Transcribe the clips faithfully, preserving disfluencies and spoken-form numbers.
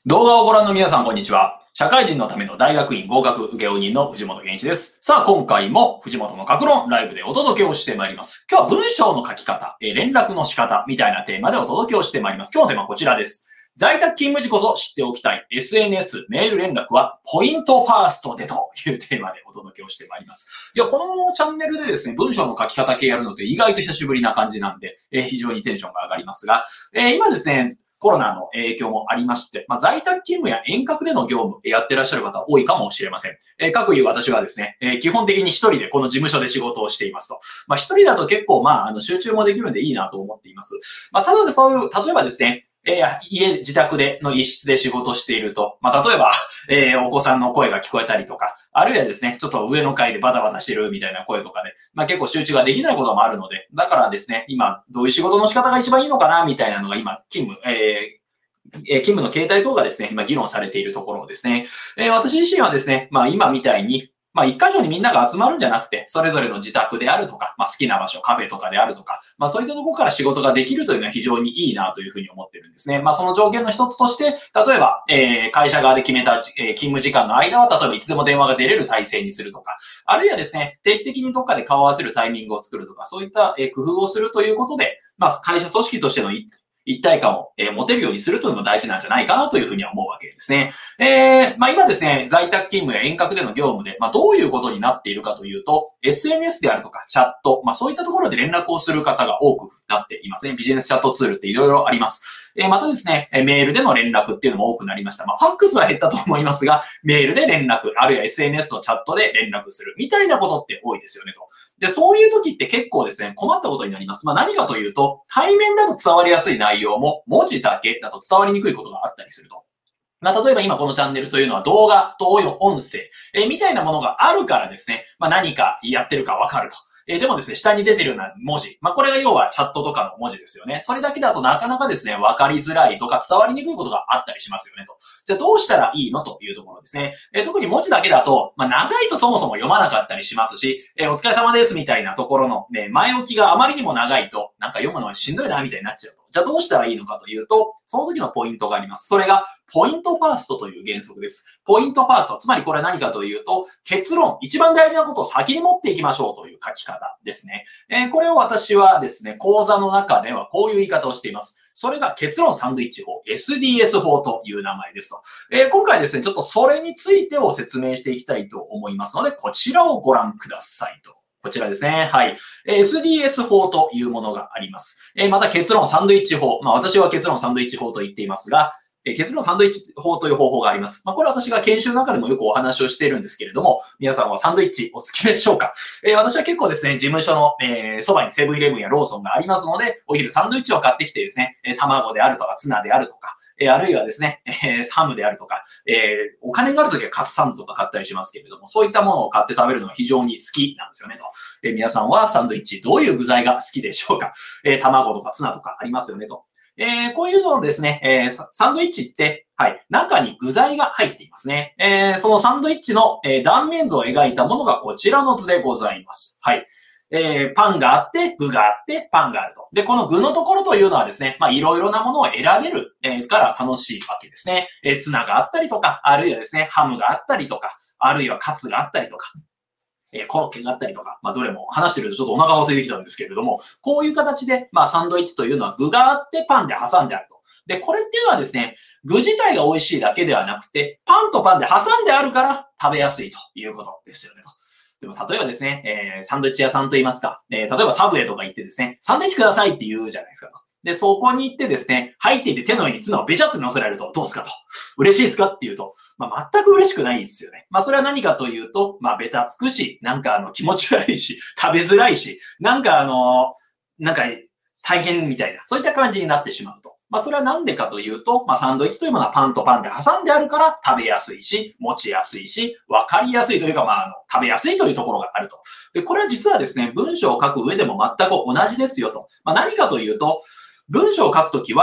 動画をご覧の皆さん、こんにちは。社会人のための大学院合格請負人の藤本健一です。さあ、今回も藤本の格論ライブでお届けをしてまいります。今日は文章の書き方、え連絡の仕方みたいなテーマでお届けをしてまいります。今日のテーマはこちらです。在宅勤務時こそ知っておきたい エスエヌエス、メール連絡はポイントファーストでというテーマでお届けをしてまいります。いや、このチャンネルでですね、文章の書き方系やるのって意外と久しぶりな感じなんで、えー、非常にテンションが上がりますが、えー、今ですね、コロナの影響もありまして、まあ、在宅勤務や遠隔での業務やってらっしゃる方多いかもしれません。えー、各いう私はですね、えー、基本的に一人でこの事務所で仕事をしていますと。まあ、一人だと結構、まあ、あの、集中もできるんでいいなと思っています。まあ、ただでそういう、例えばですね、えー、家、自宅での一室で仕事していると、まあ、例えば、えー、お子さんの声が聞こえたりとか、あるいはですね、ちょっと上の階でバタバタしてるみたいな声とかで、まあ、結構集中ができないこともあるので、だからですね、今、どういう仕事の仕方が一番いいのかな、みたいなのが今、勤務、えー勤務の形態等がですね、今議論されているところですね。えー、私自身はですね、まあ今みたいに、まあ一箇所にみんなが集まるんじゃなくて、それぞれの自宅であるとか、まあ好きな場所、カフェとかであるとか、まあそういったところから仕事ができるというのは非常にいいなというふうに思ってるんですね。まあその条件の一つとして、例えば、えー、会社側で決めた、えー、勤務時間の間は、例えばいつでも電話が出れる体制にするとか、あるいはですね、定期的にどっかで顔を合わせるタイミングを作るとか、そういった、えー、工夫をするということで、まあ会社組織としての一体感を、えー、持てるようにするというのも大事なんじゃないかなというふうには思うわけですね。えー、まあ今ですね、在宅勤務や遠隔での業務で、まあどういうことになっているかというと、エスエヌエス であるとかチャット、まあそういったところで連絡をする方が多くなっていますね。ビジネスチャットツールっていろいろあります。えー、またですね、メールでの連絡っていうのも多くなりました。まあファックスは減ったと思いますが、メールで連絡、あるいは エスエヌエス とチャットで連絡するみたいなことって多いですよねと。で、そういう時って結構ですね、困ったことになります。まあ何かというと、対面だと伝わりやすい内容も文字だけだと伝わりにくいことがあったりすると。まあ、例えば今このチャンネルというのは動画と音声、えー、みたいなものがあるからですね、まあ何かやってるかわかると。えー、でもですね、下に出てるような文字。まあこれが要はチャットとかの文字ですよね。それだけだとなかなかですね、わかりづらいとか伝わりにくいことがあったりしますよねと。じゃあどうしたらいいのというところですね。えー、特に文字だけだと、まあ長いとそもそも読まなかったりしますし、えー、お疲れ様ですみたいなところの、ね、前置きがあまりにも長いと、なんか読むのはしんどいなみたいになっちゃうと。じゃあどうしたらいいのかというと、その時のポイントがあります。それが、ポイントファーストという原則です。ポイントファースト。つまりこれは何かというと、結論、一番大事なことを先に持っていきましょうという書き方ですね。えー、これを私はですね、講座の中ではこういう言い方をしています。それが結論サンドイッチ法、エスディーエス 法という名前ですと。えー、今回ですね、ちょっとそれについてを説明していきたいと思いますので、こちらをご覧くださいと。こちらですね。はい。エスディーエス 法というものがあります。えー、また結論サンドイッチ法。まあ私は結論サンドイッチ法と言っていますが、えー、結論サンドイッチ法という方法があります。まあこれは私が研修の中でもよくお話をしているんですけれども、皆さんはサンドイッチお好きでしょうか？えー、私は結構ですね、事務所の、えー、そばにセブンイレブンやローソンがありますので、お昼サンドイッチを買ってきてですね、えー、卵であるとかツナであるとか、えー、あるいはですね、えー、ハムであるとか、えー、お金があるときはカツサンドとか買ったりしますけれども、そういったものを買って食べるのが非常に好きなんですよねと。えー、皆さんはサンドイッチどういう具材が好きでしょうか？えー、卵とかツナとかありますよねと。えー、こういうのをですね、えー、サンドイッチって、はい、中に具材が入っていますね。えー、そのサンドイッチの、えー、断面図を描いたものがこちらの図でございます。はい。えー、パンがあって、具があって、パンがあると。で、この具のところというのはですね、まあ、いろいろなものを選べる、えー、から楽しいわけですね。えー、ツナがあったりとか、あるいはですね、ハムがあったりとか、あるいはカツがあったりとか、えー、コロッケがあったりとか、まあ、どれも話してるとちょっとお腹が空いてきたんですけれども、こういう形で、まあ、サンドイッチというのは具があってパンで挟んであると。で、これっていうのはですね、具自体が美味しいだけではなくて、パンとパンで挟んであるから食べやすいということですよねと。でも例えばですね、えー、サンドイッチ屋さんと言いますか、えー、例えばサブウェイとか行ってですね、サンドイッチくださいって言うじゃないですかと。で、そこに行ってですね、入っていて手の上にツナをベチャって乗せられると、どうですかと。嬉しいですかっていうと、まあ、全く嬉しくないですよね。まあ、それは何かというと、まあ、ベタつくし、なんかあの、気持ち悪いし、食べづらいし、なんかあの、なんか、大変みたいな、そういった感じになってしまうと。まあ、それはなんでかというと、まあ、サンドイッチというものはパンとパンで挟んであるから食べやすいし、持ちやすいし、わかりやすいというか、まあ、あの、食べやすいというところがあると。で、これは実はですね、文章を書く上でも全く同じですよと。まあ、何かというと、文章を書くときは、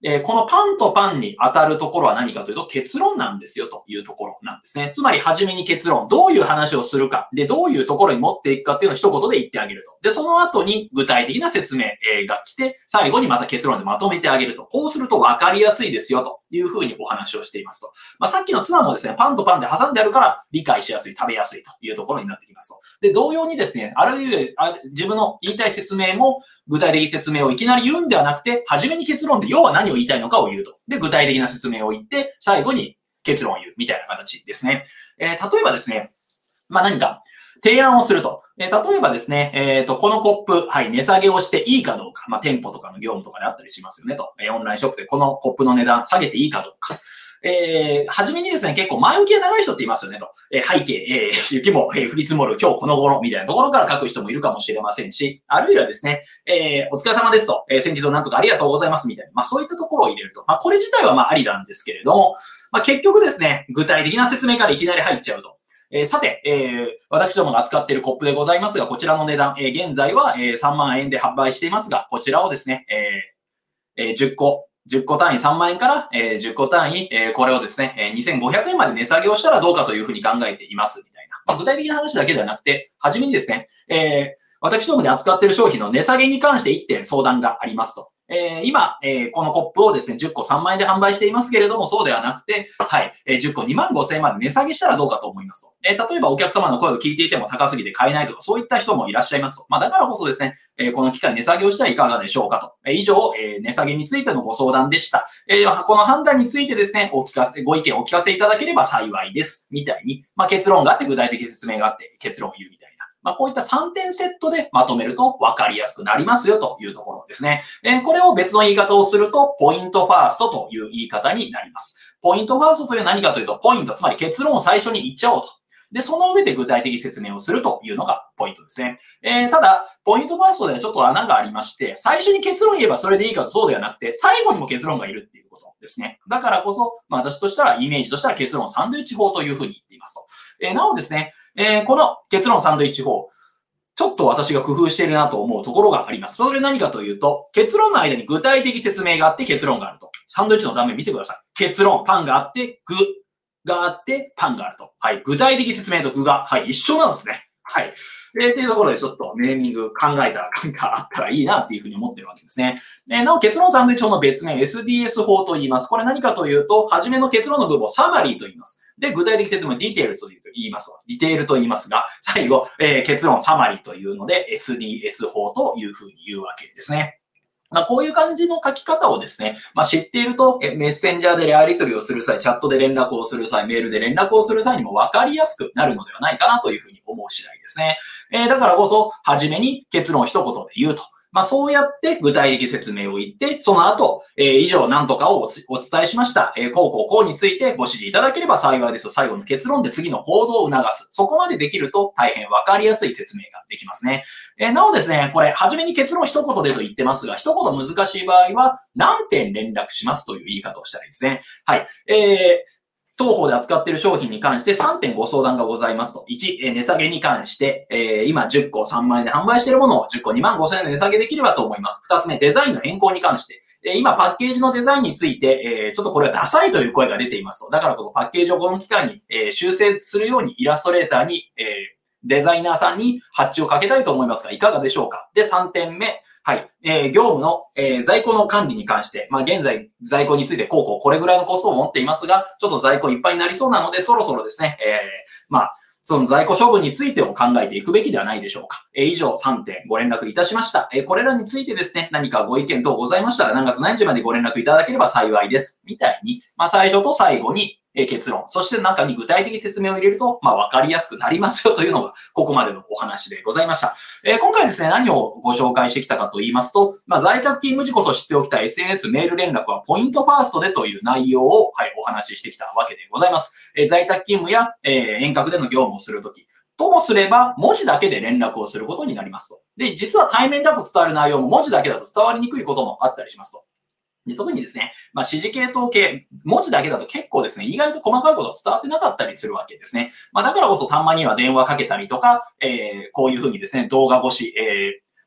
えー、このパンとパンに当たるところは何かというと結論なんですよというところなんですね。つまり初めに結論、どういう話をするか、で、どういうところに持っていくかっていうのを一言で言ってあげると。で、その後に具体的な説明が来て、最後にまた結論でまとめてあげると。こうすると分かりやすいですよというふうにお話をしていますと。まあ、さっきのツナもですね、パンとパンで挟んであるから理解しやすい、食べやすいというところになってきますと。で、同様にですね、あるいは自分の言いたい説明も具体的説明をいきなり言うんではなくて、初めに結論で要は何を言いたいのかを言うと。で、具体的な説明を言って、最後に結論を言うみたいな形ですね。えー、例えばですね、まあ、何か提案をすると。えー、例えばですね、えっと、このコップ、はい、値下げをしていいかどうか。まあ、店舗とかの業務とかであったりしますよねと。えー、オンラインショップでこのコップの値段下げていいかどうか。えー、はじめにですね、結構前置きが長い人っていますよねと。えー、背景、えー、雪も、えー、降り積もる今日この頃みたいなところから書く人もいるかもしれませんし、あるいはですね、えー、お疲れ様ですと、えー、先日はなんとかありがとうございますみたいな、まあそういったところを入れると。まあこれ自体はまあありなんですけれども、まあ結局ですね、具体的な説明からいきなり入っちゃうと。えー、さて、えー、私どもが扱っているコップでございますが、こちらの値段、えー、現在は、えー、さんまんえんで販売していますが、こちらをですね、えーえー、じゅっこ、じゅっこ単位さんまんえんから、えー、じゅっこ単位、えー、これをですね、えー、にせんごひゃくえんまで値下げをしたらどうかというふうに考えています、みたいな。まあ、具体的な話だけではなくて、はじめにですね、えー、私どもで扱っている商品の値下げに関していってん相談がありますと。えー、今、えー、このコップをですね、じゅっこさんまんえんで販売していますけれども、そうではなくて、はい、えー、じゅっこにまんごせんえんまで値下げしたらどうかと思いますと。えー、例えばお客様の声を聞いていても高すぎて買えないとか、そういった人もいらっしゃいますと。まあ、だからこそですね、えー、この機会値下げをしたらいかがでしょうかと。えー、以上、えー、値下げについてのご相談でした。えー、この判断についてですね、お聞かせ、ご意見をお聞かせいただければ幸いです。みたいに、まあ、結論があって具体的説明があって結論を言うみたいな。まあ、こういったさんてんセットでまとめると分かりやすくなりますよというところですね。えー、これを別の言い方をすると、ポイントファーストという言い方になります。ポイントファーストというのは何かというと、ポイント、つまり結論を最初に言っちゃおうと。で、その上で具体的説明をするというのがポイントですね。えー、ただ、ポイントファーストではちょっと穴がありまして、最初に結論言えばそれでいいかとそうではなくて、最後にも結論がいるっていうことですね。だからこそ、まあ、私としたら、イメージとしては結論サンドイッチ法というふうに言っていますと。えー、なおですね、えー、この結論サンドイッチ法、ちょっと私が工夫しているなと思うところがあります。それ何かというと、結論の間に具体的説明があって結論があると。サンドイッチの断面見てください。結論、パンがあって、具があって、パンがあると。はい。具体的説明と具が、はい、一緒なんですね。はい。えー、というところでちょっとネーミング考えた感があったらいいなっていうふうに思ってるわけですね。でなお、結論サンドイッチ法の別名 エスディーエス 法と言います。これ何かというと、初めの結論の部分をサマリーと言います。で、具体的説明、ディテールと言います。ディテールと言いますが、最後、えー、結論サマリーというので エスディーエス 法というふうに言うわけですね。まあ、こういう感じの書き方をですね、まあ、知っていると、メッセンジャーでやり取りをする際、チャットで連絡をする際、メールで連絡をする際にも分かりやすくなるのではないかなというふうに思う次第ですね。えー、だからこそ、はじめに結論を一言で言うと。まあ、そうやって具体的説明を言って、その後、えー、以上何とかをお伝えしました。えー、こうこうこうについてご指示いただければ幸いですと最後の結論で次の行動を促す。そこまでできると大変わかりやすい説明ができますね。えー、なおですね、これ、はじめに結論一言でと言ってますが、一言難しい場合は、何点連絡しますという言い方をしたらいいですね。はい。えー当方で扱っている商品に関してさんてんご相談がございますと。いち、値下げに関して、えー、今じゅっこさんまんえんで販売しているものをじゅっこにまんごせんえんで値下げできればと思います。ふたつめ、デザインの変更に関して。えー、今パッケージのデザインについて、えー、ちょっとこれはダサいという声が出ていますと。だからこそパッケージをこの機会に、えー、修正するようにイラストレーターに、えーデザイナーさんに発注をかけたいと思いますが、いかがでしょうか。で、さんてんめ。はい。えー、業務の、えー、在庫の管理に関して、まあ、現在、在庫について、こうこう、これぐらいのコストを持っていますが、ちょっと在庫いっぱいになりそうなので、そろそろですね、えー、まあ、その在庫処分についてを考えていくべきではないでしょうか。えー、以上さんてんご連絡いたしました。えー、これらについてですね、何かご意見等ございましたら、何月何日までご連絡いただければ幸いです。みたいに、まあ、最初と最後に、え結論。そして中に具体的説明を入れると、まあ、わかりやすくなりますよというのが、ここまでのお話でございました。えー、今回ですね、何をご紹介してきたかと言いますと、まあ、在宅勤務時こそ知っておきたい エスエヌエス メール連絡はポイントファーストでという内容を、はい、お話ししてきたわけでございます。えー、在宅勤務や、えー、遠隔での業務をするとき、ともすれば、文字だけで連絡をすることになりますと。で、実は対面だと伝わる内容も文字だけだと伝わりにくいこともあったりしますと。で特にですね、まあ、指示系統系、文字だけだと結構ですね、意外と細かいことが伝わってなかったりするわけですね。まあ、だからこそたまには電話かけたりとか、えー、こういうふうにですね、動画越し、えー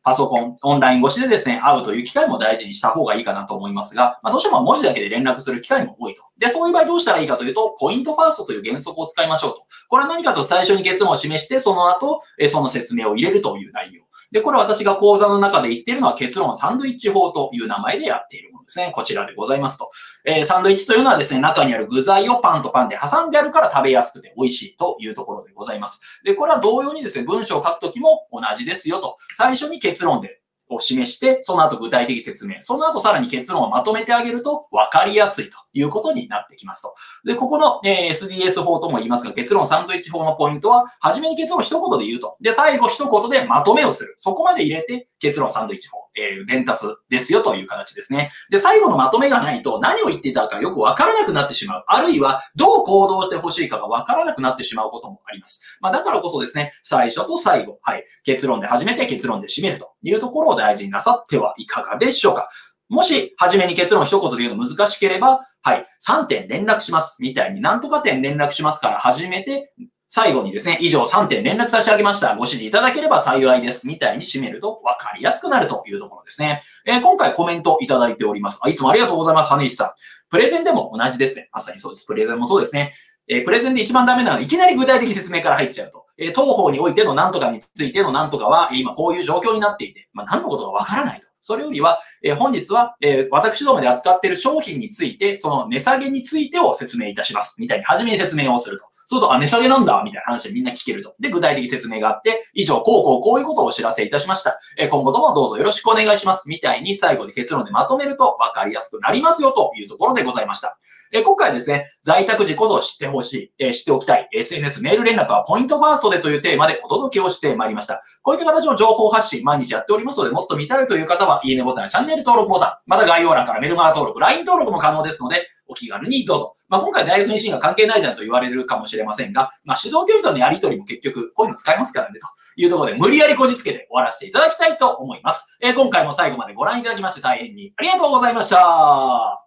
パソコン、オンライン越しでですね、会うという機会も大事にした方がいいかなと思いますが、まあ、どうしても文字だけで連絡する機会も多いと。で、そういう場合どうしたらいいかというと、ポイントファーストという原則を使いましょうと。これは何かと最初に結論を示して、その後、その説明を入れるという内容。で、これは私が講座の中で言っているのは結論サンドイッチ法という名前でやっているものですね。こちらでございますと。えー、サンドイッチというのはですね、中にある具材をパンとパンで挟んであるから食べやすくて美味しいというところでございます。で、これは同様にですね、文章を書くときも同じですよと。最初に結論でを示して、その後具体的説明。その後さらに結論をまとめてあげると分かりやすいということになってきますと。で、ここの、えー、エスディーエス 法とも言いますが、結論サンドイッチ法のポイントは、はじめに結論を一言で言うと。で、最後一言でまとめをする。そこまで入れて結論サンドイッチ法。えー、伝達ですよという形ですね。で、最後のまとめがないと何を言っていたかよくわからなくなってしまう。あるいは、どう行動してほしいかがわからなくなってしまうこともあります。まあ、だからこそですね、最初と最後、はい、結論で始めて結論で締めるというところを大事になさってはいかがでしょうか。もし、初めに結論一言で言うの難しければ、はい、さんてん連絡します。みたいに、なんとか点連絡しますから始めて、最後にですね、以上さんてん連絡差し上げました。ご指示いただければ幸いです。みたいに締めると分かりやすくなるというところですね。えー、今回コメントいただいております。あ、いつもありがとうございます。羽石さん。プレゼンでも同じですね。まさにそうです。プレゼンもそうですね。えー、プレゼンで一番ダメなのは、いきなり具体的説明から入っちゃうと。えー、当方においての何とかについての何とかは、今こういう状況になっていて、まあ、何のことか分からないと。それよりは、えー、本日は、えー、私どもで扱っている商品について、その値下げについてを説明いたします。みたいに、初めに説明をすると。そうすると、あ、値下げなんだみたいな話でみんな聞けると。で、具体的説明があって、以上、こうこうこういうことをお知らせいたしました。えー、今後ともどうぞよろしくお願いします。みたいに、最後で結論でまとめると分かりやすくなりますよというところでございました。えー、今回ですね、在宅時こそ知ってほしい、えー、知っておきたい、エスエヌエス メール連絡はポイントファーストでというテーマでお届けをしてまいりました。こういった形の情報発信、毎日やっておりますので、もっと見たいという方は、いいねボタン、チャンネル登録ボタン、また概要欄からメルマガ登録、ライン 登録も可能ですので、お気軽にどうぞ。まあ、今回大学院進が関係ないじゃんと言われるかもしれませんが、まあ、指導教授とのやりとりも結局、こういうの使えますからね、というところで無理やりこじつけて終わらせていただきたいと思います。えー、今回も最後までご覧いただきまして大変にありがとうございました。